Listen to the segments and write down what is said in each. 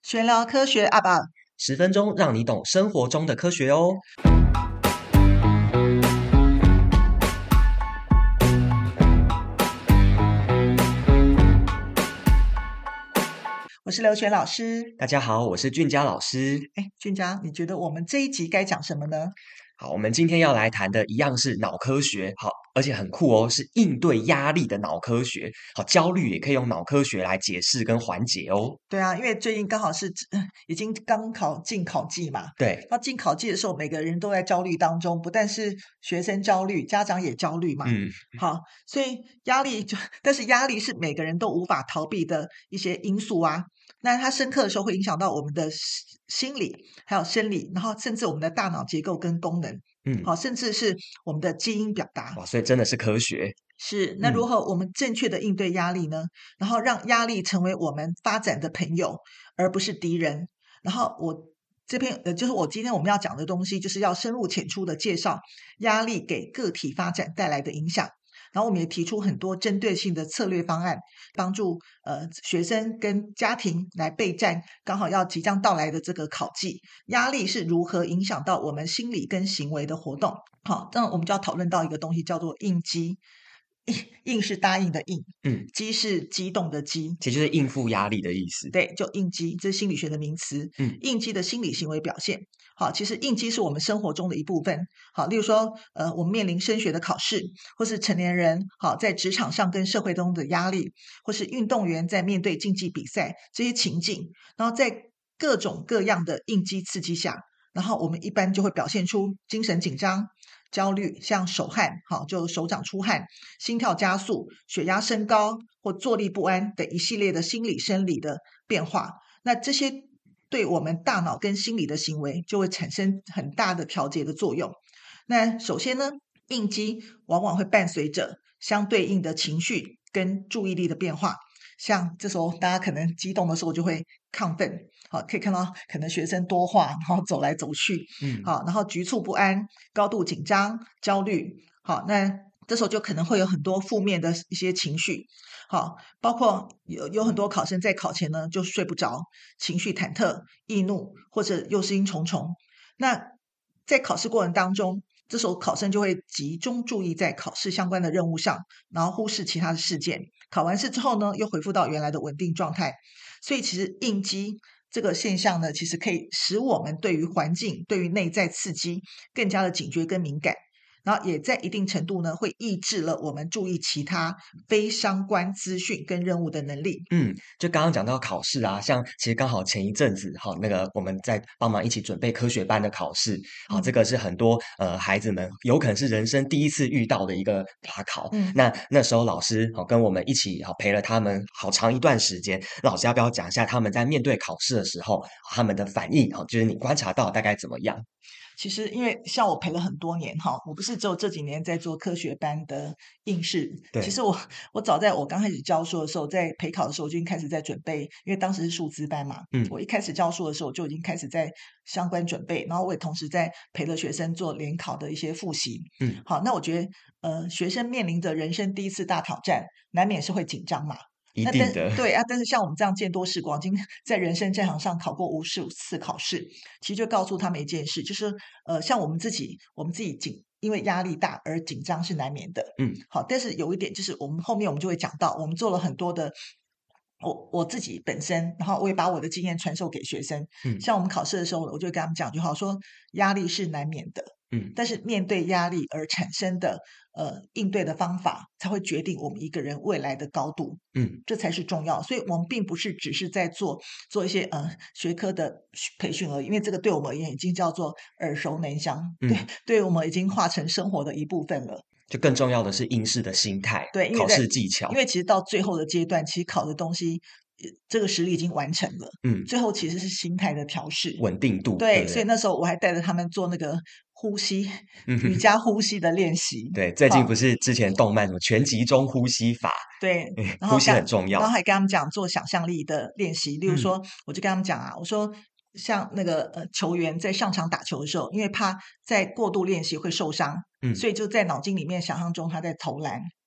闲聊科学阿爸 10分钟让你懂生活中的科学哦。 我是刘璇老师。 大家好，我是俊佳老师。 俊佳，你觉得我们这一集该讲什么呢？ 好，我们今天要来谈的一样是脑科学，好，而且很酷哦，是应对压力的脑科学。好，焦虑也可以用脑科学来解释跟缓解哦。 对啊，因为最近刚好是已经刚进考季嘛。 对， 到进考季的时候，每个人都在焦虑当中，不但是学生焦虑，家长也焦虑嘛。好，所以但是压力是每个人都无法逃避的一些因素啊。那它深刻的时候会影响到我们的心理，还有生理，然后甚至我们的大脑结构跟功能。好，甚至是我们的基因表达。 哇，所以真的是科学。 是，那如何我们正确的应对压力呢？然后让压力成为我们发展的朋友，而不是敌人。然后就是我今天我们要讲的东西，就是要深入浅出的介绍压力给个体发展带来的影响。然后我们也提出很多针对性的策略方案，帮助学生跟家庭来备战刚好要即将到来的这个考季。压力是如何影响到我们心理跟行为的活动？好，那我们就要讨论到一个东西，叫做应激。应是答应的应，激是激动的激， 其实就是应付压力的意思。 对，就应激，这是心理学的名词。应激的心理行为表现。好，其实应激是我们生活中的一部分。好，例如说，我们面临升学的考试，或是成年人好在职场上跟社会中的压力，或是运动员在面对竞技比赛这些情境，然后在各种各样的应激刺激下，然后我们一般就会表现出精神紧张、焦虑，像手汗，好，就手掌出汗，心跳加速，血压升高或坐立不安的一系列的心理生理的变化。那这些对我们大脑跟心理的行为就会产生很大的调节的作用。那首先呢，应激往往会伴随着相对应的情绪跟注意力的变化。像这时候大家可能激动的时候就会亢奋，好，可以看到可能学生多话，然后走来走去，好，然后局促不安、高度紧张、焦虑，好，那这时候就可能会有很多负面的一些情绪，好，包括有很多考生在考前呢就睡不着，情绪忐忑、易怒或者忧心忡忡。那在考试过程当中，这时候考生就会集中注意在考试相关的任务上，然后忽视其他的事件。考完试之后呢，又恢复到原来的稳定状态。所以其实应激这个现象呢，其实可以使我们对于环境、对于内在刺激更加的警觉跟敏感。然后也在一定程度呢，会抑制了我们注意其他非相关资讯跟任务的能力。 就刚刚讲到考试啊，像其实刚好前一阵子，好，那个我们在帮忙一起准备科学班的考试，好，这个是很多孩子们有可能是人生第一次遇到的一个大考。那时候老师好跟我们一起好陪了他们好长一段时间，老师要不要讲一下他们在面对考试的时候他们的反应？好，就是你观察到大概怎么样？ 其实，因为像我陪了很多年哈，我不是只有这几年在做科学班的应试。其实我早在我刚开始教书的时候，在陪考的时候就已经开始在准备，因为当时是数资班嘛。我一开始教书的时候就已经开始在相关准备，然后我也同时在陪着学生做联考的一些复习。好，那我觉得学生面临着人生第一次大挑战，难免是会紧张嘛。 一定的， 对啊，但是像我们这样见多识广，已经在人生战场上考过无数次考试，其实就告诉他们一件事，就是像我们自己因为压力大而紧张是难免的。好，但是有一点就是我们后面我们就会讲到，我们做了很多的。我自己本身，然后我也把我的经验传授给学生。像我们考试的时候，我就跟他们讲句话，说压力是难免的。但是面对压力而产生的应对的方法，才会决定我们一个人未来的高度。这才是重要。所以我们并不是只是在做一些学科的培训而已，因为这个对我们而言已经叫做耳熟能详，对我们已经化成生活的一部分了。 就更重要的是应试的心态， 对， 考试技巧。 因为其实到最后的阶段，其实考的东西，这个实力已经完成了。最后其实是心态的调试、 稳定度。 对，所以那时候我还带着他们做那个呼吸、瑜伽呼吸的练习。 对，最近不是之前动漫什么全集中呼吸法， 对，然后呼吸很重要。 然后还跟他们讲做想象力的练习，例如说，我就跟他们讲啊，我说像那个球员在上场打球的时候，因为怕在过度练习会受伤，所以就在脑筋里面想象中他在投篮。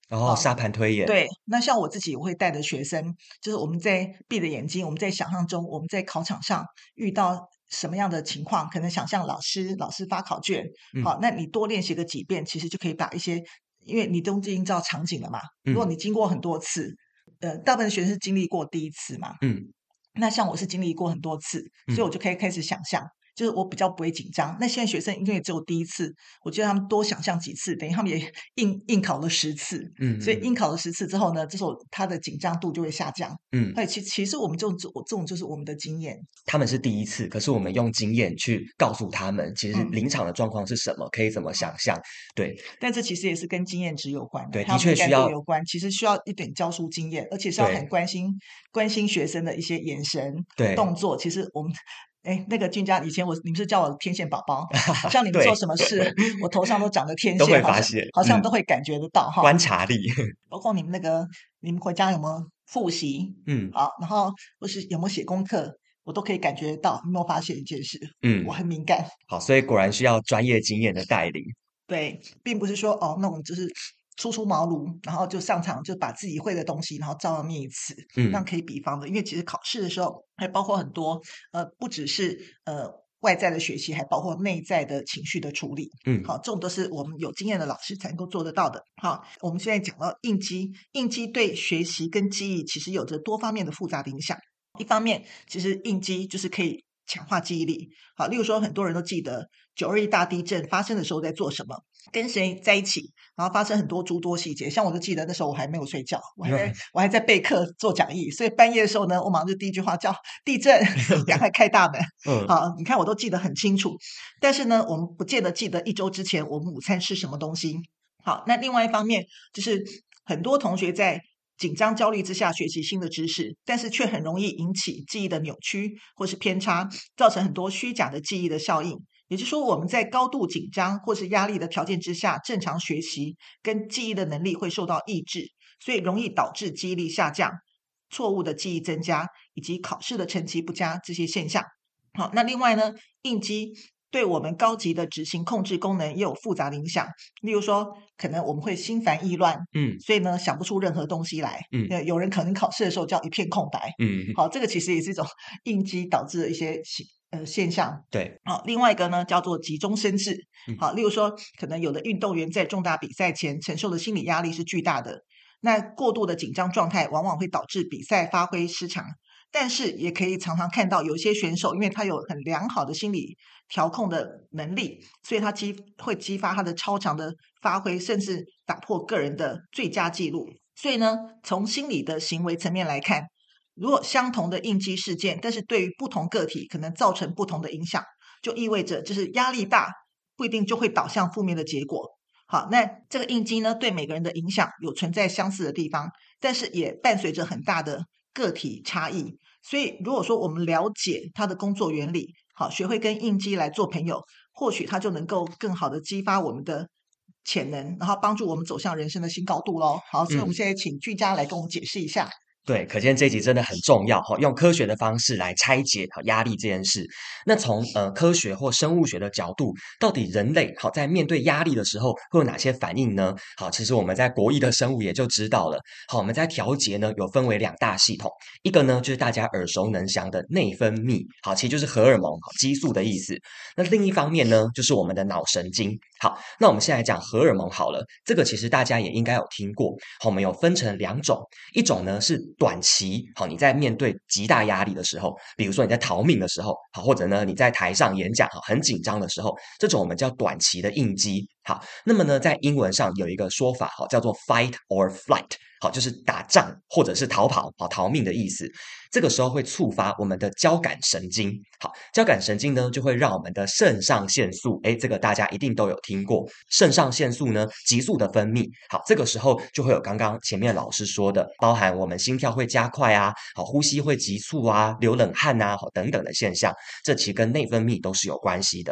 然后沙盘推演， 对，那像我自己，我会带着学生，就是我们在闭着眼睛，我们在想象中，我们在考场上遇到什么样的情况，可能想象老师发考卷， 嗯好，那你多练习个几遍，其实就可以把一些，因为你都已经知道场景了嘛，如果嗯你经过很多次，大部分学生是经历过第一次嘛， 嗯那像我是经历过很多次，所以我嗯就可以开始想象，就是我比较不会紧张。那现在学生因为只有第一次，我觉得他们多想象几次，等于他们也应考了10次，所以嗯应考了10次之后呢，这时候他的紧张度就会下降。 嗯， 所以其实我们这种就是我们的经验， 他们是第一次，可是我们用经验去告诉他们，其实嗯。 临场的状况是什么，可以怎么想象。对但这其实也是跟经验值有关的， 对，的还有敏感度确需要有关。其实需要一点教书经验，而且是要很对关心学生的一些眼神、 对动作。其实我们，哎，那个俊佳，以前你们是叫我天线宝宝，好像你们做对， 什么事，我头上都长着天都会线，好像发现， 好像都会感觉得到哈。 观察力， 包括你们你们回家有没有复习？ 嗯好，然后或是有没有写功课，我都可以感觉得到。有没有发现一件事？我嗯， 很敏感。 好，所以果然需要专业经验的带领。 对，并不是说哦，那种就是初茅庐，然后就上场就把自己会的东西，然后照样念一次，那样嗯可以比方的。因为其实考试的时候还包括很多不只是外在的学习，还包括内在的情绪的处理。 嗯好，这种都是我们有经验的老师才能够做得到的。好，我们现在讲到应激，应激对学习跟记忆其实有着多方面的复杂的影响。一方面，其实应激就是可以强化记忆力。好，例如说，很多人都记得921大地震发生的时候在做什么，跟谁在一起，然后发生很多诸多细节。像我就记得那时候我还没有睡觉，我还在备课做讲义，所以半夜的时候呢，我马上就第一句话叫地震，赶快开大门。 嗯好，你看我都记得很清楚。但是呢，我们不见得记得1周之前我们午餐吃什么东西。好，那另外一方面就是很多同学在紧张焦虑之下学习新的知识，但是却很容易引起记忆的扭曲或是偏差，造成很多虚假的记忆的效应。也就是说，我们在高度紧张或是压力的条件之下，正常学习跟记忆的能力会受到抑制，所以容易导致记忆力下降、错误的记忆增加，以及考试的成绩不佳这些现象。好，那另外呢，应激对我们高级的执行控制功能也有复杂的影响。例如说，可能我们会心烦意乱， 嗯所以呢想不出任何东西来。 嗯有人可能考试的时候叫一片空白。 嗯， 好，这个其实也是一种应激导致的一些现象。 对， 好，另外一个呢叫做急中生智。 嗯好，例如说，可能有的运动员在重大比赛前承受的心理压力是巨大的，那过度的紧张状态往往会导致比赛发挥失常。但是也可以常常看到有一些选手，因为他有很良好的心理调控的能力，所以他会激发他的超常的发挥，甚至打破个人的最佳纪录。所以呢，从心理的行为层面来看，如果相同的应激事件，但是对于不同个体可能造成不同的影响，就意味着就是压力大不一定就会导向负面的结果。好，那这个应激呢，对每个人的影响有存在相似的地方，但是也伴随着很大的个体差异。所以，如果说我们了解它的工作原理，好，学会跟应激来做朋友，或许它就能够更好的激发我们的潜能，然后帮助我们走向人生的新高度喽。好，所以我们嗯。 现在请居家来跟我们解释一下。 对，可见这一集真的很重要哈，用科学的方式来拆解好压力这件事。那从科学或生物学的角度，到底人类好在面对压力的时候会有哪些反应呢？好，其实我们在国一的生物也就知道了。好，我们在调节呢有分为2大系统，一个呢就是大家耳熟能详的内分泌，好，其实就是荷尔蒙、好激素的意思。那另一方面呢，就是我们的脑神经。好，那我们现在讲荷尔蒙好了，这个其实大家也应该有听过。好，我们有分成2种，一种呢是短期，好，你在面对极大压力的时候，比如说你在逃命的时候，好，或者呢你在台上演讲，好，很紧张的时候，这种我们叫短期的应激。好，那么呢在英文上有一个说法，好，叫做 fight or flight。好，就是打仗或者是逃跑，好，逃命的意思。这个时候会触发我们的交感神经。好，交感神经呢就会让我们的肾上腺素，这个大家一定都有听过。肾上腺素呢急速的分泌，好，这个时候就会有刚刚前面老师说的，包含我们心跳会加快啊，好，呼吸会急促啊，流冷汗啊，好等等的现象，这其实跟内分泌都是有关系的。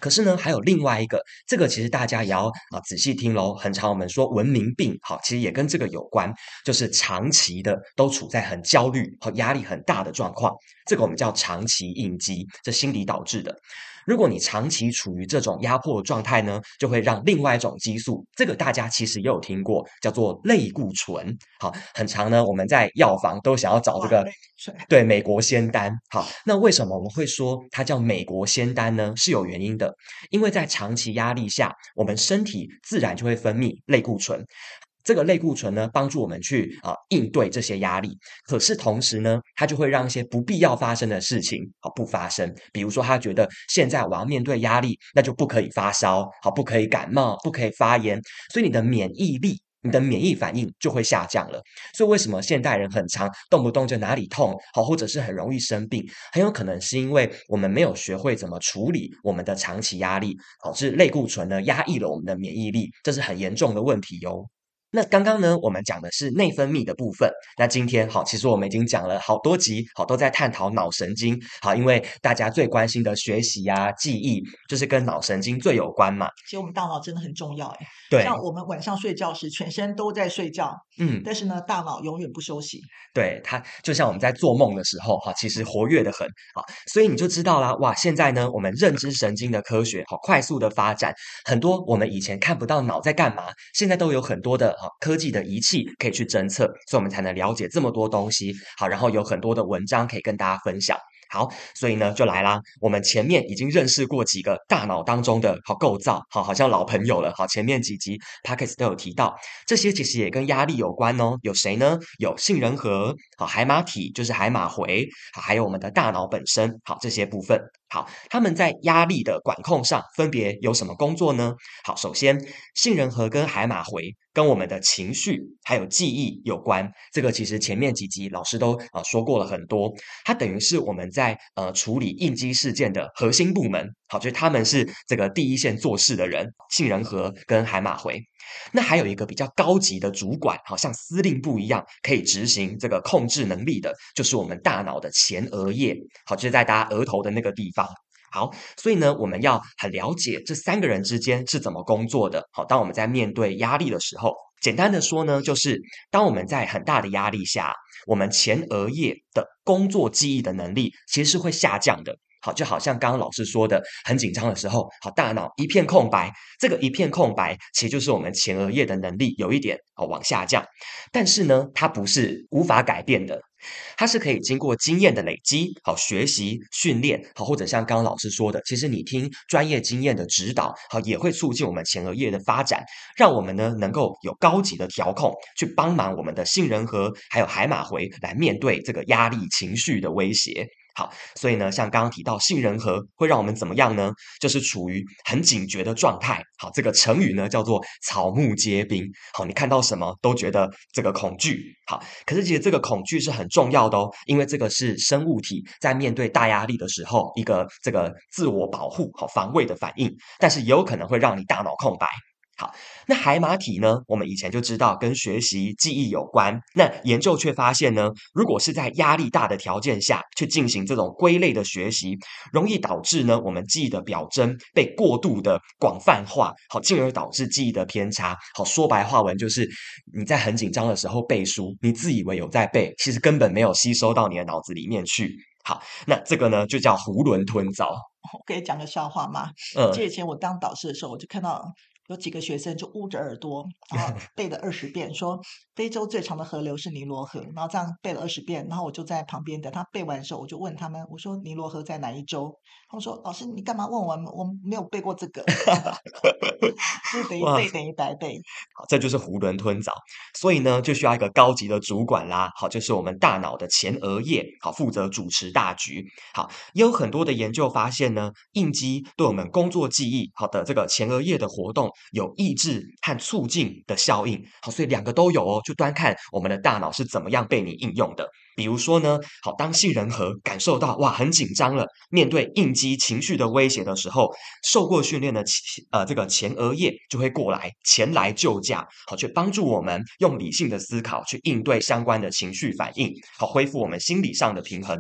可是呢，还有另外一个，这个其实大家也要仔细听喽。很常我们说文明病，好，其实也跟这个有关，就是长期的都处在很焦虑和压力很大的状况，这个我们叫长期应激，这心理导致的。如果你长期处于这种压迫状态呢，就会让另外一种激素，这个大家其实也有听过，叫做类固醇。好，很常呢，我们在药房都想要找这个，对，美国仙丹。好，那为什么我们会说它叫美国仙丹呢？是有原因的，因为在长期压力下，我们身体自然就会分泌类固醇。这个类固醇呢，帮助我们去应对这些压力。可是同时呢，它就会让一些不必要发生的事情不发生。比如说，他觉得现在我要面对压力，那就不可以发烧，不可以感冒，不可以发炎，所以你的免疫力。你的免疫反应就会下降了，所以为什么现代人很常动不动就哪里痛，或者是很容易生病，很有可能是因为我们没有学会怎么处理我们的长期压力，导致类固醇呢压抑了我们的免疫力，这是很严重的问题哟。那刚刚呢，我们讲的是内分泌的部分。那今天其实我们已经讲了好多集，都在探讨脑神经。好，因为大家最关心的学习啊、记忆，就是跟脑神经最有关嘛。 其实我们大脑真的很重要， 对， 像我们晚上睡觉时，全身都在睡觉，但是呢，大脑永远不休息。 对，它就像我们在做梦的时候，其实活跃的很啊，所以你就知道啦，哇，现在呢，我们认知神经的科学快速的发展，很多我们以前看不到脑在干嘛，现在都有很多的科技的仪器可以去侦测，所以我们才能了解这么多东西。好，然后有很多的文章可以跟大家分享。好，所以呢就来啦。我们前面已经认识过几个大脑当中的构造，好像老朋友了。好，前面几集 Podcast 都有提到，这些其实也跟压力有关哦。有谁呢？有杏仁核，好，海马体就是海马回，好，还有我们的大脑本身，好，这些部分。好，他们在压力的管控上分别有什么工作呢？好，首先，杏仁核跟海马回跟我们的情绪还有记忆有关。这个其实前面几集老师都说过了很多。它等于是我们在处理应激事件的核心部门。好，就是他们是这个第一线做事的人，杏仁核跟海马回。那还有一个比较高级的主管，好像司令部一样，可以执行这个控制能力的，就是我们大脑的前额叶，好，就是在大家额头的那个地方。好，所以呢，我们要很了解这三个人之间是怎么工作的。好，当我们在面对压力的时候，简单的说呢，就是当我们在很大的压力下，我们前额叶的工作记忆的能力其实是会下降的。好，就好像刚刚老师说的，很紧张的时候，好，大脑一片空白，这个一片空白，其实就是我们前额叶的能力有一点往下降。但是呢，它不是无法改变的，它是可以经过经验的累积，好，学习训练，好，或者像刚刚老师说的，其实你听专业经验的指导，好，也会促进我们前额叶的发展，让我们呢能够有高级的调控，去帮忙我们的杏仁核还有海马回来面对这个压力情绪的威胁。好，所以呢，像刚刚提到杏仁核会让我们怎么样呢？就是处于很警觉的状态。好，这个成语呢叫做草木皆兵。好，你看到什么都觉得这个恐惧。好，可是其实这个恐惧是很重要的哦，因为这个是生物体在面对大压力的时候一个这个自我保护、好防卫的反应，但是也有可能会让你大脑空白。好，那海马体呢？我们以前就知道跟学习记忆有关。那研究却发现呢，如果是在压力大的条件下去进行这种归类的学习，容易导致呢我们记忆的表征被过度的广泛化，好，进而导致记忆的偏差。好，说白话文就是你在很紧张的时候背书，你自以为有在背，其实根本没有吸收到你的脑子里面去。好，那这个呢就叫囫囵吞枣。 我可以讲个笑话吗？记得以前我当导师的时候，我就看到有几个学生就捂着耳朵，然后背了20遍，说非洲最长的河流是尼罗河，然后这样背了20遍，然后我就在旁边等他背完的时候，我就问他们，我说尼罗河在哪一州？他们说老师你干嘛问我们？我们没有背过这个，就是等于背等于白背。 好，这就是囫囵吞枣。所以呢，就需要一个高级的主管啦。好，就是我们大脑的前额叶，好，负责主持大局。好，也有很多的研究发现呢，应激对我们工作记忆好的这个前额叶的活动有抑制和促进的效应。好，所以两个都有哦，就端看我们的大脑是怎么样被你应用的。比如说呢，好，当杏仁核感受到哇很紧张了，面对应激情绪的威胁的时候，受过训练的这个前额叶就会过来前来救驾，好，去帮助我们用理性的思考去应对相关的情绪反应，好，恢复我们心理上的平衡哦。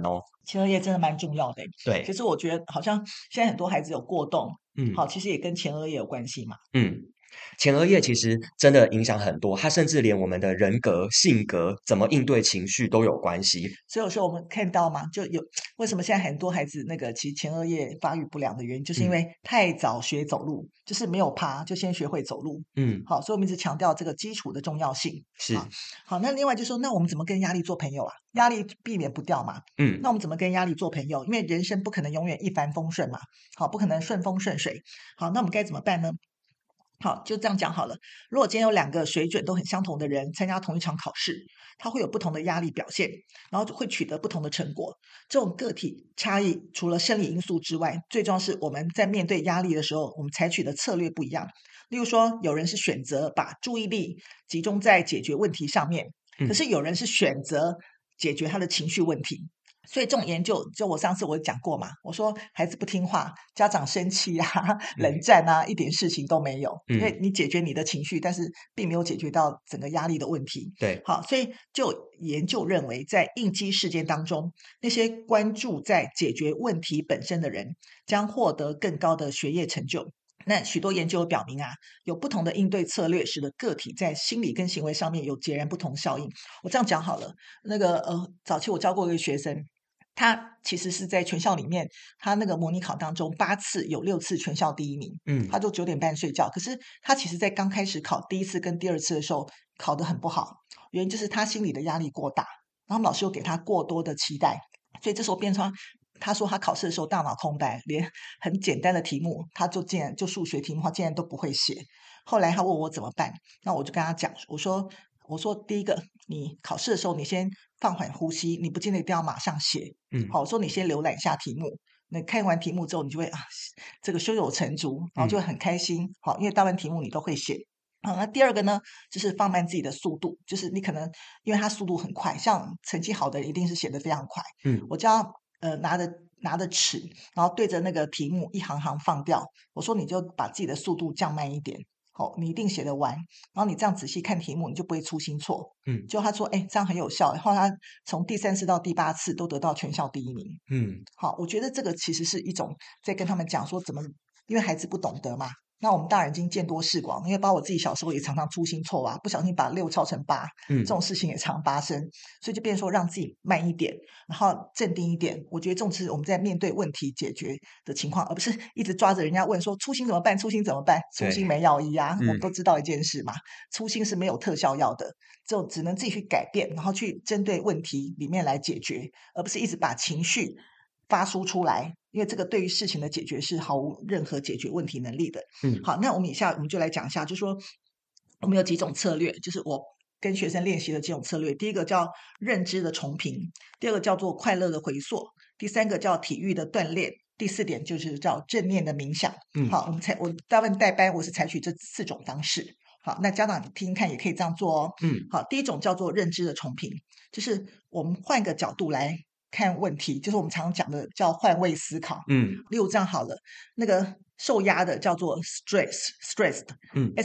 前额叶真的蛮重要的。 对， 其实我觉得好像现在很多孩子有过动，好， 嗯其实也跟前额叶有关系嘛。 嗯。前额叶其实真的影响很多，它甚至连我们的人格、性格、怎么应对情绪都有关系。 所以有时候我们看到嘛，就有为什么现在很多孩子那个其实前额叶发育不良的原因，就是因嗯为太早学走路，就是没有爬就先学会走路。 嗯， 好，所以我们一直强调这个基础的重要性。好， 是， 好，那另外就说，那我们怎么跟压力做朋友啊？压力避免不掉嘛。那我嗯们怎么跟压力做朋友？因为人生不可能永远一帆风顺嘛，好，不可能顺风顺水。好，那我们该怎么办呢？好，就这样讲好了。如果今天有两个水准都很相同的人参加同一场考试，他会有不同的压力表现，然后就会取得不同的成果。这种个体差异，除了生理因素之外，最重要是我们在面对压力的时候，我们采取的策略不一样。例如说，有人是选择把注意力集中在解决问题上面，可嗯是有人是选择解决他的情绪问题。所以这种研究，就我上次我讲过嘛，我说孩子不听话，家长生气啊、冷嗯战啊，一点事情都没有，因为嗯， 你解决你的情绪，但是并没有解决到整个压力的问题。 对， 好，所以就研究认为，在应激事件当中，那些关注在解决问题本身的人，将获得更高的学业成就。那许多研究表明啊，有不同的应对策略，使得个体在心理跟行为上面有截然不同效应。我这样讲好了，早期我教过一个学生，他其实是在全校里面，他那个模拟考当中8次有6次全校第一名，他嗯就9点半睡觉。可是他其实在刚开始考第一次跟第二次的时候考得很不好，原因就是他心理的压力过大，然后老师又给他过多的期待，所以这时候变成他说他考试的时候大脑空白，连很简单的题目他竟然数学题目他竟然都不会写。后来他问我怎么办，那我就跟他讲，我说第一个，你考试的时候你先放缓呼吸，你不见得一定要马上写。好， 嗯我说你先浏览一下题目，那看完题目之后，你就会这个胸有成竹，然后就会嗯很开心。好，因为大部分题目你都会写。好，那第二个呢，就是放慢自己的速度，就是你可能因为他速度很快，像成绩好的人一定是写得非常快。 嗯我叫他拿着尺，然后对着那个题目一行行放掉。我说你就把自己的速度降慢一点，好，你一定写得完。然后你这样仔细看题目，你就不会出新错。 嗯就他说，哎，这样很有效。然后他从第3次到第8次都得到全校第一名。 嗯好，我觉得这个其实是一种在跟他们讲说怎么，因为孩子不懂得嘛。那我们大人已经见多识广，因为包括我自己小时候也常常粗心错啊，不小心把6抄成8，这种嗯事情也常发生。所以就变成说让自己慢一点，然后镇定一点。我觉得这种是我们在面对问题解决的情况，而不是一直抓着人家问说粗心怎么办？粗心怎么办？粗心对， 没药医啊，我们嗯都知道一件事嘛，粗心是没有特效药的，就只能自己去改变，然后去针对问题里面来解决，而不是一直把情绪发输出来，因为这个对于事情的解决是毫无任何解决问题能力的。 嗯好，那我们以下我们就来讲一下，就是说我们有几种策略，就是我跟学生练习的几种策略。第一个叫认知的重评，第二个叫做快乐的回溯，第三个叫体育的锻炼，第4点就是叫正念的冥想。 嗯好，我大部分带班我是采取这4种方式。好，那家长听听看也可以这样做哦。 嗯好，第一种叫做认知的重评，就是我们换个角度来看问题，就是我们常讲的叫换位思考。 嗯例如这样好了，那个受压的叫做 stressed， 嗯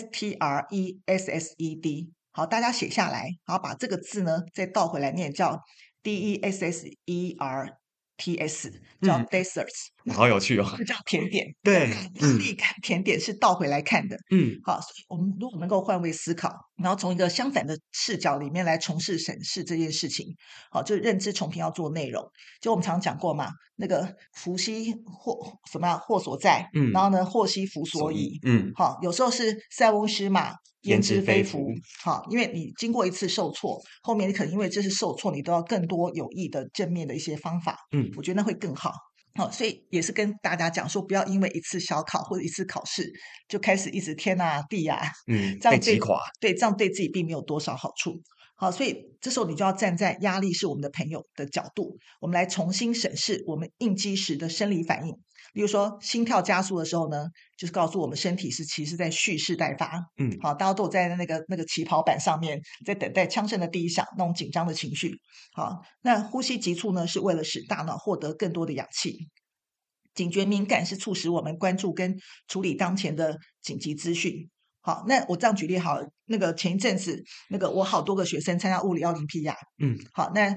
stressed。好，大家写下来，然后把这个字呢再倒回来念，叫 desserts，叫嗯， deserts。 好有趣哦。 就叫甜点。 对，嗯力看甜点是倒回来看的。 嗯好，所以我们如果能够换位思考，然后从一个相反的视角里面来重视审视这件事情，好，就是认知重评要做内容。就我们常讲过嘛，那个福兮祸所在，然后嗯， 呢祸兮福所所倚。 以好，有时候是塞翁失马，焉焉知知非福。 非福？ 好，因为你经过一次受挫，后面你可能因为这次受挫，你都要更多有益的正面的一些方法， 嗯我觉得那会更好。好，所以也是跟大家讲说，不要因为一次小考或者一次考试就开始一直天啊地啊， 嗯， 这样被击垮。 这样对自己并没有多少好处。好，所以这时候你就要站在压力是我们的朋友的角度，我们来重新审视我们应激时的生理反应。例如说，心跳加速的时候呢，就是告诉我们身体其实在蓄势待发。 嗯好，大家都有在那个起跑板上面，在等待枪声的第一响，那种紧张的情绪。好，那呼吸急促呢，是为了使大脑获得更多的氧气。警觉敏感是促使我们关注跟处理当前的紧急资讯。好，那我这样举例好了，那个前一阵子，那个我好多个学生参加物理奥林匹亚。 嗯好，那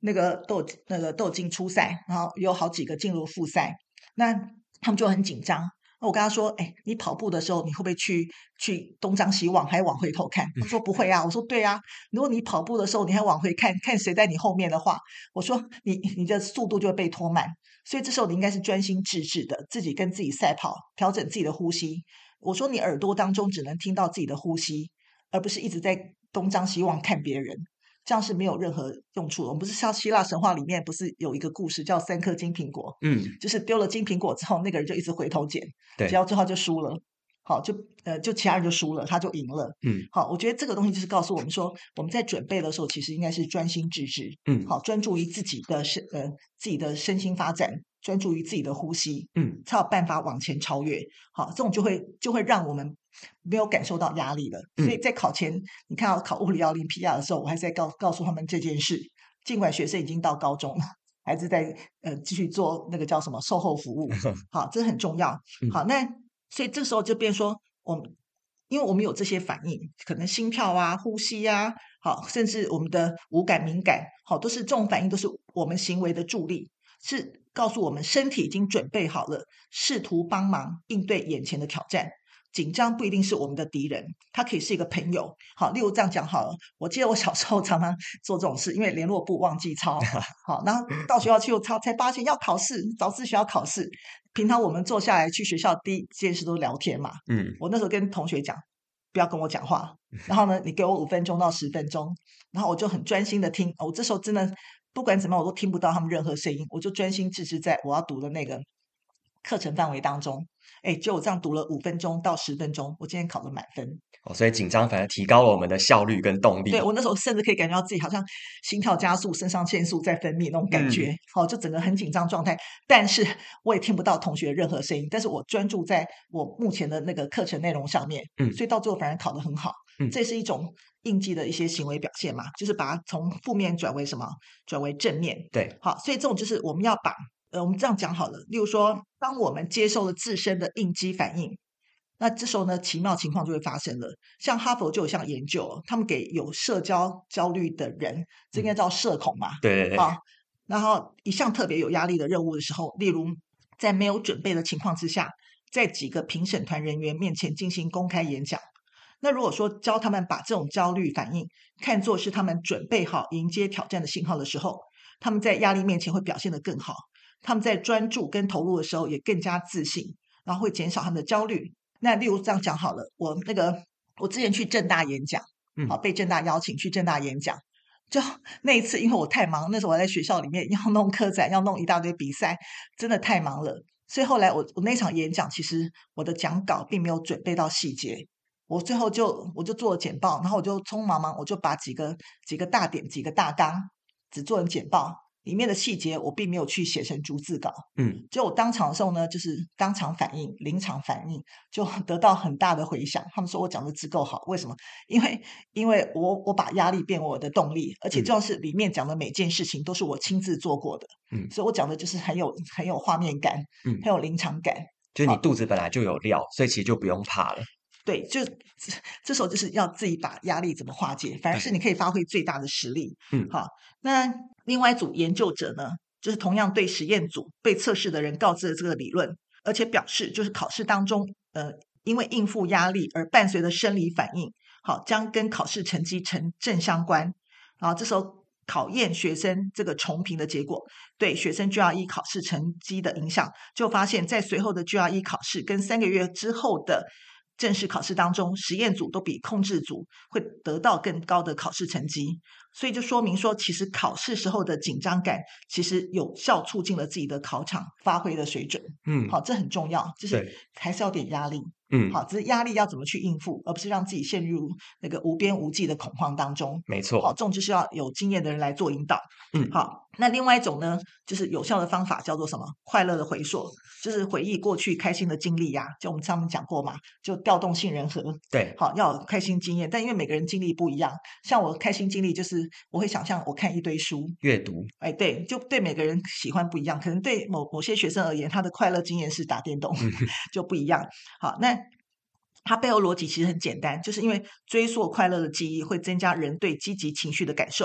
那个都已经出赛，然后有好几个进入复赛，那他们就很紧张。我跟他说：“哎，你跑步的时候，你会不会去东张西望，还往回头看？”他说：“不会啊。”我说：“对啊，如果你跑步的时候，你还往回看看谁在你后面的话，我说你的速度就会被拖慢。所以这时候你应该是专心致志的，自己跟自己赛跑，调整自己的呼吸。我说你耳朵当中只能听到自己的呼吸，而不是一直在东张西望看别人。”这样是没有任何用处的。我们不是像希腊神话里面不是有一个故事叫3颗金苹果，就是丢了金苹果之后，那个人就一直回头捡， 对， 结果最后就输了。好，就其他人就输了，他就赢了。好，我觉得这个东西就是告诉我们说，我们在准备的时候，其实应该是专心致志，好，专注于自己的身心发展，专注于自己的呼吸，才有办法往前超越。好，这种就会让我们没有感受到压力了。所以在考前，你看到考物理奥林匹亚的时候，我还是在告诉他们这件事，尽管学生已经到高中了。还是在继续做那个叫什么售后服务，好，这很重要。好，那所以这时候就变说，因为我们有这些反应，可能心跳啊、呼吸啊，好，甚至我们的五感敏感，好，都是这种反应，都是我们行为的助力，是告诉我们身体已经准备好了，试图帮忙应对眼前的挑战。紧张不一定是我们的敌人，他可以是一个朋友。好，例如这样讲好了，我记得我小时候常常做这种事，因为联络簿忘记抄，好，然后到学校去又抄，才发现要考试，早自学校考试。平常我们坐下来去学校第一件事都聊天嘛，我那时候跟同学讲，不要跟我讲话，然后呢，你给我5分钟到10分钟，然后我就很专心的听。我这时候真的不管怎么样，我都听不到他们任何声音，我就专心致志在我要读的那个课程范围当中。就我这样读了5分钟到10分钟，我今天考了满分。 所以紧张反而提高了我们的效率跟动力。 对，我那时候甚至可以感觉到自己好像心跳加速，肾上腺素在分泌那种感觉，好，就整个很紧张状态。但是我也听不到同学任何声音，但是我专注在我目前的那个课程内容上面，所以到最后反而考得很好。这是一种应激的一些行为表现嘛，就是把它从负面转为什么？转为正面。 对， 好，所以这种就是我们要把我们这样讲好了，例如说，当我们接受了自身的应激反应。那这时候呢，奇妙情况就会发生了。像哈佛就有项研究，他们给有社交焦虑的人，这应该叫社恐嘛？ 对对对。 好，然后一项特别有压力的任务的时候，例如在没有准备的情况之下，在几个评审团人员面前进行公开演讲。那如果说教他们把这种焦虑反应看作是他们准备好迎接挑战的信号的时候，他们在压力面前会表现得更好。他们在专注跟投入的时候也更加自信，然后会减少他们的焦虑。那例如这样讲好了，我之前去政大演讲，好，被政大邀请去政大演讲，就那一次因为我太忙，那时候我在学校里面要弄科展，要弄一大堆比赛，真的太忙了。所以后来我那场演讲，其实我的讲稿并没有准备到细节，我最后我就做了简报，然后我就匆忙我就把几个大点、几个大纲只做成简报。里面的细节我并没有去写成逐字稿，就我当场的时候呢，就是当场反应、临场反应，就得到很大的回响。他们说我讲的字够好，为什么？因为我把压力变为我的动力，而且重要是里面讲的每件事情都是我亲自做过的，所以我讲的就是很有画面感，很有临场感。 就是你肚子本来就有料，所以其实就不用怕了。 对，就这时候就是要自己把压力怎么化解，反而是你可以发挥最大的实力。好，那另外一组研究者呢，就是同样对实验组被测试的人告知了这个理论，而且表示就是考试当中，因为应付压力而伴随的生理反应，好，将跟考试成绩成正相关。然后这时候考验学生这个重评的结果，对学生 GRE 考试成绩的影响，就发现，在随后的 GRE 考试跟3个月之后的正式考试当中，实验组都比控制组会得到更高的考试成绩，所以就说明说，其实考试时候的紧张感，其实有效促进了自己的考场发挥的水准。好，这很重要，就是还是要点压力。好，只是压力要怎么去应付，而不是让自己陷入那个无边无际的恐慌当中。 没错， 好，这种就是要有经验的人来做引导。好，那另外一种呢，就是有效的方法叫做什么？快乐的回溯，就是回忆过去开心的经历呀。就我们上面讲过嘛，就调动杏仁核。 对， 好，要有开心经验，但因为每个人经历不一样，像我开心经历就是我会想象我看一堆书阅读， 对，就对每个人喜欢不一样，可能对某些学生而言，他的快乐经验是打电动，就不一样。好，那它背后逻辑其实很简单，就是因为追溯快乐的记忆会增加人对积极情绪的感受，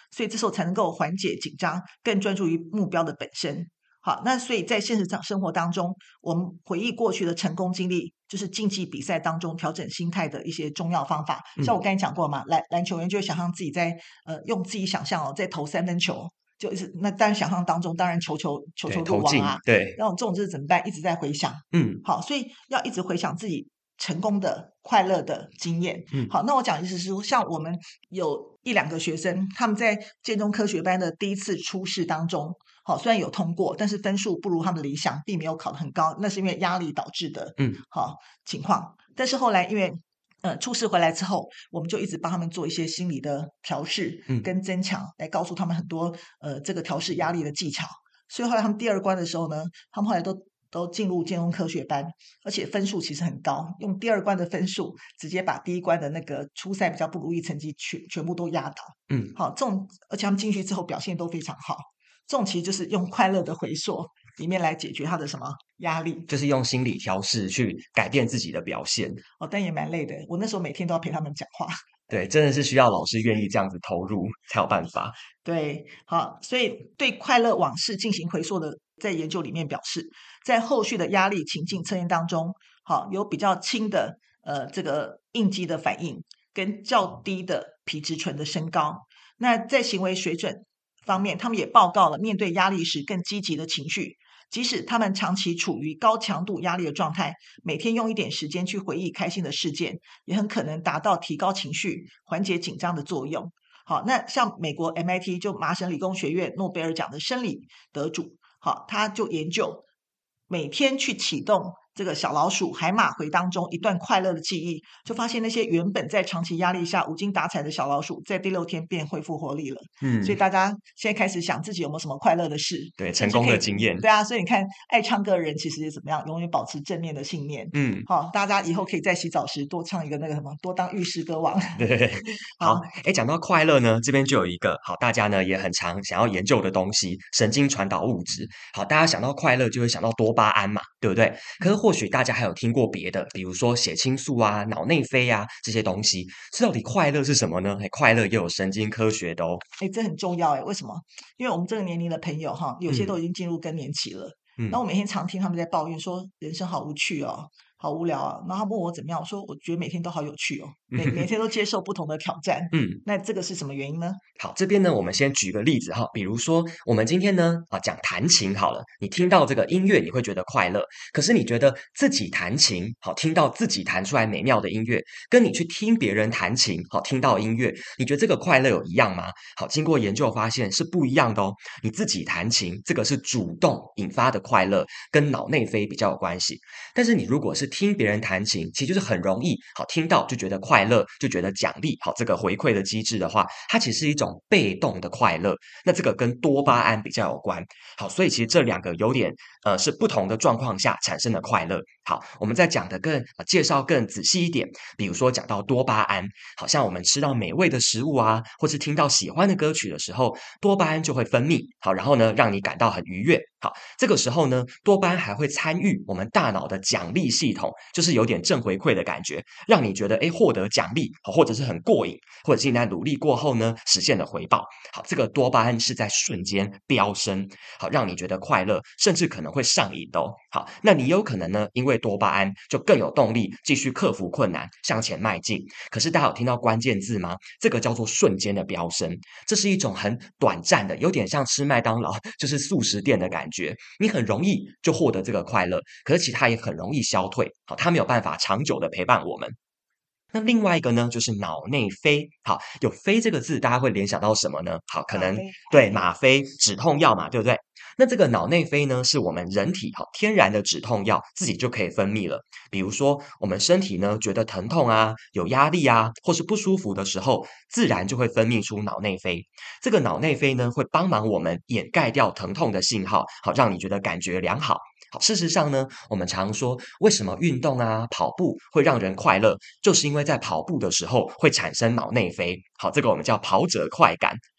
所以这时候才能够缓解紧张，更专注于目标的本身。好，那所以在现实生活当中，我们回忆过去的成功经历，就是竞技比赛当中调整心态的一些重要方法。像我刚才讲过嘛，篮球员就会想象自己在用自己想象在投3分球，就是那当然想象当中，当然球都往啊， 对， 然后这种就是怎么办？一直在回想，好，所以要一直回想自己成功的、快乐的经验。好，那我讲的意思是说，像我们有1-2个学生，他们在建中科学班的第一次初试当中，好，虽然有通过，但是分数不如他们的理想，并没有考得很高，那是因为压力导致的，好情况。但是后来因为初试回来之后，我们就一直帮他们做一些心理的调试跟增强，来告诉他们很多这个调试压力的技巧。所以后来他们第2关的时候呢，他们后来都进入建中科学班，而且分数其实很高，用第2关的分数直接把第1关的那个初赛比较不如意成绩全部都压倒。好，这种而且他们进去之后表现都非常好。这种其实就是用快乐的回溯里面来解决他的什么压力， 就是用心理调试去改变自己的表现。 但也蛮累的，我那时候每天都要陪他们讲话。 对，真的是需要老师愿意这样子投入才有办法。 对，好，所以对快乐往事进行回溯的，在研究里面表示，在后续的压力情境测验当中，好，有比较轻的这个应激的反应，跟较低的皮质醇的升高。那在行为水准方面，他们也报告了面对压力时更积极的情绪，即使他们长期处于高强度压力的状态，每天用一点时间去回忆开心的事件，也很可能达到提高情绪、缓解紧张的作用。好，那像美国 MIT 就麻省理工学院诺贝尔奖的生理得主，好，他就研究每天去启动这个小老鼠海马回当中一段快乐的记忆，就发现那些原本在长期压力下无精打采的小老鼠，在第6天便恢复活力了。所以大家现在开始想自己有没有什么快乐的事， 对，成功的经验。 对啊，所以你看，爱唱歌的人其实也怎么样，永远保持正面的信念。好，大家以后可以在洗澡时多唱一个那个什么，多当浴室歌王。 对，好，讲到快乐呢，这边就有一个好，大家呢也很常想要研究的东西——神经传导物质。好，大家想到快乐就会想到多巴胺嘛，对不对？可是或许大家还有听过别的，比如说血清素啊、脑内啡啊这些东西。这到底快乐是什么呢？快乐也有神经科学的哦。 这很重要为什么？因为我们这个年龄的朋友哈，有些都已经进入更年期了。那我每天常听他们在抱怨说，人生好无趣哦，好无聊啊。然后他问我怎么样，我说我觉得每天都好有趣哦，每天都接受不同的挑战。那这个是什么原因呢？ 好，这边呢，我们先举个例子哈，比如说我们今天呢讲弹琴好了，你听到这个音乐你会觉得快乐，可是你觉得自己弹琴好，听到自己弹出来美妙的音乐，跟你去听别人弹琴好，听到音乐，你觉得这个快乐有一样吗？好，经过研究发现是不一样的哦。你自己弹琴，这个是主动引发的快乐，跟脑内啡比较有关系。但是你如果是听别人弹琴，其实就是很容易好听到就觉得快乐，就觉得奖励好，这个回馈的机制的话，它其实是一种被动的快乐。那这个跟多巴胺比较有关。好，所以其实这2个有点是不同的状况下产生的快乐。好，我们再讲的介绍更仔细一点，比如说讲到多巴胺，好像我们吃到美味的食物啊，或是听到喜欢的歌曲的时候，多巴胺就会分泌，好，然后呢让你感到很愉悦。好，这个时候呢，多巴胺还会参与我们大脑的奖励系统，就是有点正回馈的感觉，让你觉得获得奖励，或者是很过瘾，或者是你在努力过后呢实现了回报。好，这个多巴胺是在瞬间飙升，好，让你觉得快乐，甚至可能会上瘾的哦。好，那你有可能呢，因为多巴胺就更有动力继续克服困难，向前迈进。可是大家有听到关键字吗？这个叫做瞬间的飙升，这是一种很短暂的，有点像吃麦当劳，就是速食店的感觉。你很容易就获得这个快乐，可是其实它也很容易消退，好，它没有办法长久的陪伴我们。那另外一个呢，就是脑内啡。好，有啡这个字，大家会联想到什么呢？好，可能对吗啡止痛药嘛，对不对？那这个脑内啡呢，是我们人体天然的止痛药，自己就可以分泌了。比如说，我们身体呢觉得疼痛啊、有压力啊，或是不舒服的时候，自然就会分泌出脑内啡。这个脑内啡呢，会帮忙我们掩盖掉疼痛的信号，好，让你觉得感觉良好。好，事实上呢，我们常说为什么运动啊、跑步会让人快乐，就是因为在跑步的时候会产生脑内啡。好，这个我们叫跑者快感。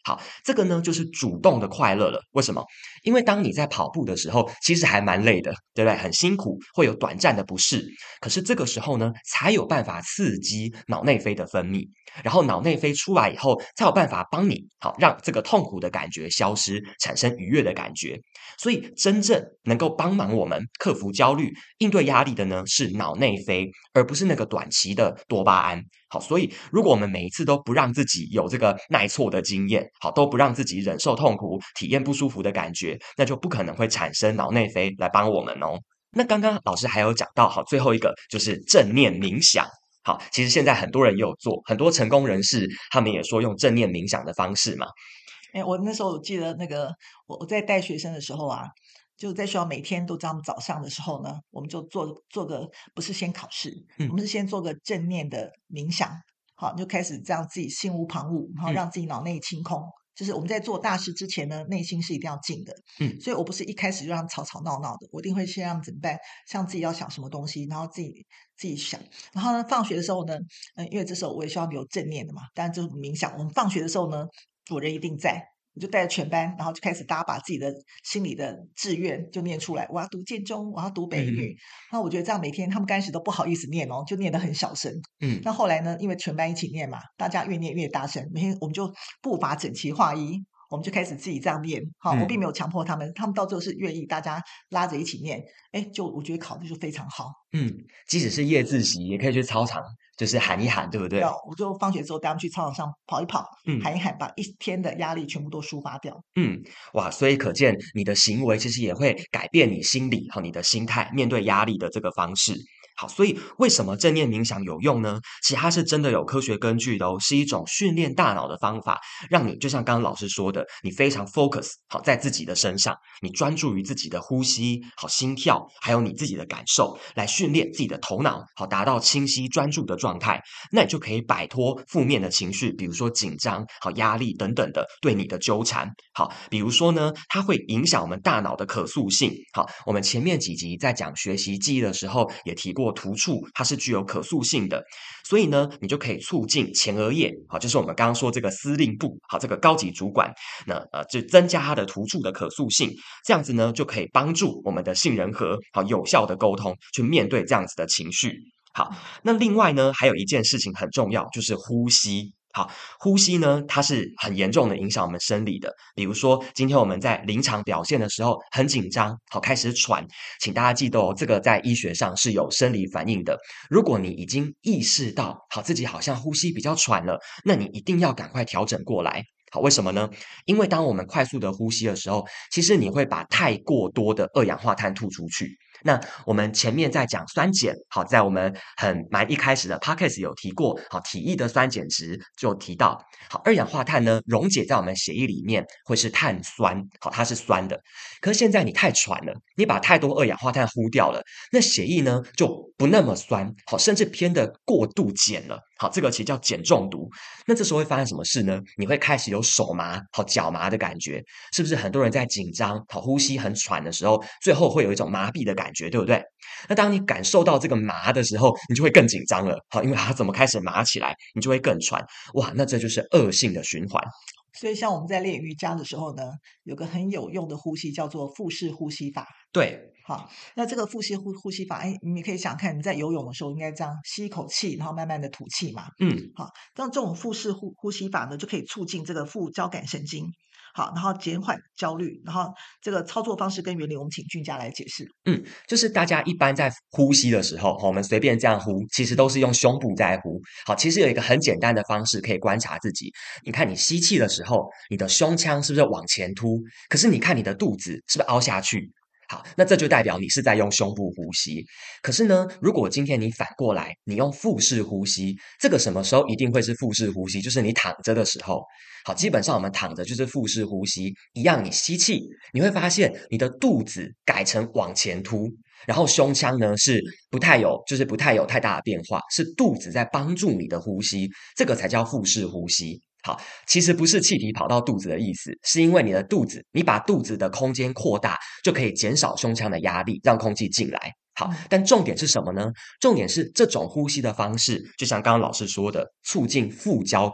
好，这个呢就是主动的快乐了。为什么？因为当你在跑步的时候，其实还蛮累的，对不对？很辛苦，会有短暂的不适。可是这个时候呢，才有办法刺激脑内啡的分泌，然后脑内啡出来以后，才有办法帮你好让这个痛苦的感觉消失，产生愉悦的感觉。所以真正能够帮忙我们克服焦虑、应对压力的呢，是脑内啡，而不是那个短期的多巴胺。好，所以如果我们每一次都不让自己有这个耐挫的经验，好，都不让自己忍受痛苦、体验不舒服的感觉，那就不可能会产生脑内啡来帮我们哦。那刚刚老师还有讲到，好，最后一个就是正念冥想。好，其实现在很多人也有做，很多成功人士他们也说用正念冥想的方式嘛。 我那时候我记得那个我在带学生的时候啊，就在学校每天都这样早上的时候呢，我们就做个不是先考试，我嗯们是先做个正念的冥想，好，就开始这样自己心无旁骛，然后嗯让自己脑内清空。就是我们在做大事之前呢，内心是一定要静的， 嗯所以我不是一开始就让他们吵吵闹闹的，我一定会先让他们怎么办，像自己要想什么东西，然后自己想，然后呢，放学的时候呢，因为这时候我也希望有正念的嘛，当然就是冥想。我们放学的时候呢，主人一定在，我就带着全班，然后就开始大家把自己的心里的志愿就念出来，我要读建中，我要读北女。 嗯然后我觉得这样每天他们刚开始都不好意思念哦，就念得很小声。 嗯那后来呢，因为全班一起念嘛，大家越念越大声，每天我们就步伐整齐划一。我们就开始自己这样念，好，我并没嗯有强迫他们，他们到最后是愿意大家拉着一起念，哎，就我觉得考的就非常好。 嗯，即使是夜自习，也可以去操场，就是喊一喊，对不对？ 要我就放学之后带他们去操场上跑一跑， 嗯。 喊一喊，把一天的压力全部都抒发掉。 嗯，哇，所以可见你的行为其实也会改变你心理和你的心态，面对压力的这个方式。好，所以为什么正念冥想有用呢？其实它是真的有科学根据的哦，是一种训练大脑的方法，让你就像刚刚老师说的，你非常 focus 好在自己的身上，你专注于自己的呼吸、好心跳，还有你自己的感受，来训练自己的头脑，好达到清晰专注的状态。那你就可以摆脱负面的情绪，比如说紧张、好压力等等的对你的纠缠。好，比如说呢，它会影响我们大脑的可塑性。好，我们前面几集在讲学习记忆的时候，也提过突触，它是具有可塑性的。所以呢，你就可以促进前额叶，好，就是我们刚刚说这个司令部，好，这个高级主管，那就增加它的突触的可塑性，这样子呢，就可以帮助我们的杏仁核，好，有效的沟通，去面对这样子的情绪。好，那另外呢，还有一件事情很重要，就是呼吸。好，呼吸呢，它是很严重的影响我们生理的。比如说，今天我们在临场表现的时候很紧张，好开始喘，请大家记得哦，这个在医学上是有生理反应的。如果你已经意识到，好自己好像呼吸比较喘了，那你一定要赶快调整过来。好，为什么呢？因为当我们快速的呼吸的时候，其实你会把太过多的二氧化碳吐出去。那我们前面在讲酸碱，好，在我们蛮一开始的 podcast 有提过，好，体液的酸碱值就提到，好，二氧化碳呢溶解在我们血液里面会是碳酸，好，它是酸的。可是现在你太喘了，你把太多二氧化碳呼掉了，那血液呢就不那么酸，好，甚至偏的过度碱了，好，这个其实叫碱中毒。那这时候会发生什么事呢？你会开始有手麻、好脚麻的感觉，是不是？很多人在紧张、好呼吸很喘的时候，最后会有一种麻痹的感觉，对不对？那当你感受到这个麻的时候，你就会更紧张了，好，因为它怎么开始麻起来，你就会更喘，哇，那这就是恶性的循环。 所以，像我们在练瑜伽的时候呢，有个很有用的呼吸叫做腹式呼吸法。 对， 好，那这个腹式呼吸法，哎，你可以想看你在游泳的时候应该这样吸一口气，然后慢慢的吐气嘛。 嗯。 好，那这种腹式呼吸法呢，就可以促进这个副交感神经，好，然后减缓焦虑，然后这个操作方式跟原理，我们请俊佳来解释。 嗯，就是大家一般在呼吸的时候，我们随便这样呼，其实都是用胸部在呼。好，其实有一个很简单的方式可以观察自己。你看你吸气的时候，你的胸腔是不是往前凸？可是你看你的肚子是不是凹下去？好，那这就代表你是在用胸部呼吸。可是呢，如果今天你反过来，你用腹式呼吸，这个什么时候一定会是腹式呼吸？就是你躺着的时候。好，基本上我们躺着就是腹式呼吸，一样你吸气，你会发现你的肚子改成往前凸，然后胸腔呢是不太有太大的变化，是肚子在帮助你的呼吸，这个才叫腹式呼吸。好，其实不是气体跑到肚子的意思，是因为你的肚子，你把肚子的空间扩大，就可以减少胸腔的压力，让空气进来。好，但重点是什么呢？重点是这种呼吸的方式，就像刚刚老师说的，促进副交感。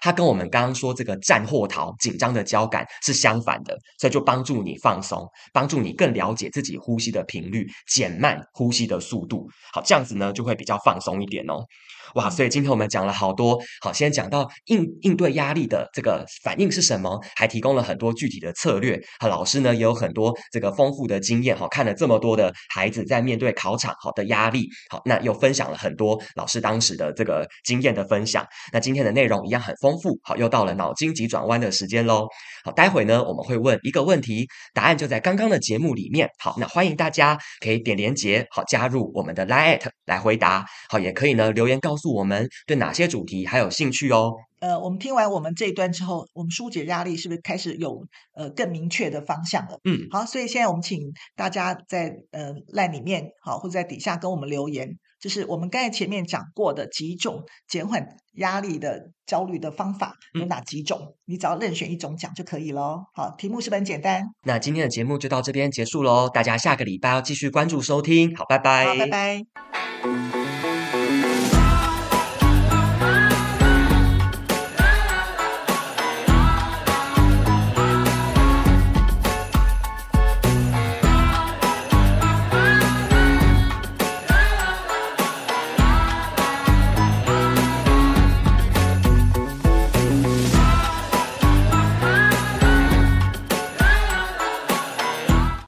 它跟我们刚刚说这个战或逃、紧张的交感是相反的，所以就帮助你放松，帮助你更了解自己呼吸的频率，减慢呼吸的速度。好，这样子呢就会比较放松一点哦。哇，所以今天我们讲了好多，好，先讲到应对压力的这个反应是什么，还提供了很多具体的策略。好，老师呢也有很多这个丰富的经验，好，看了这么多的孩子在面对考场好的压力，好，那又分享了很多老师当时的这个经验的分享。那今天的内容一样很丰富，好，又到了脑筋急转弯的时间喽。好，待会呢我们会问一个问题，答案就在刚刚的节目里面。好，那欢迎大家可以点连结，好，加入我们的 Line@ 来回答。好，也可以呢留言告诉我们对哪些主题还有兴趣哦。 我们听完我们这一段之后，我们疏解压力是不是开始有更明确的方向了？好，所以现在我们请大家在line里面好，或者在底下跟我们留言，就是我们刚才前面讲过的几种减缓压力的焦虑的方法有哪几种？你只要任选一种讲就可以咯。好，题目是不是很简单？ 那今天的节目就到这边结束喽，大家下个礼拜要继续关注收听，好，拜拜。 好，拜拜。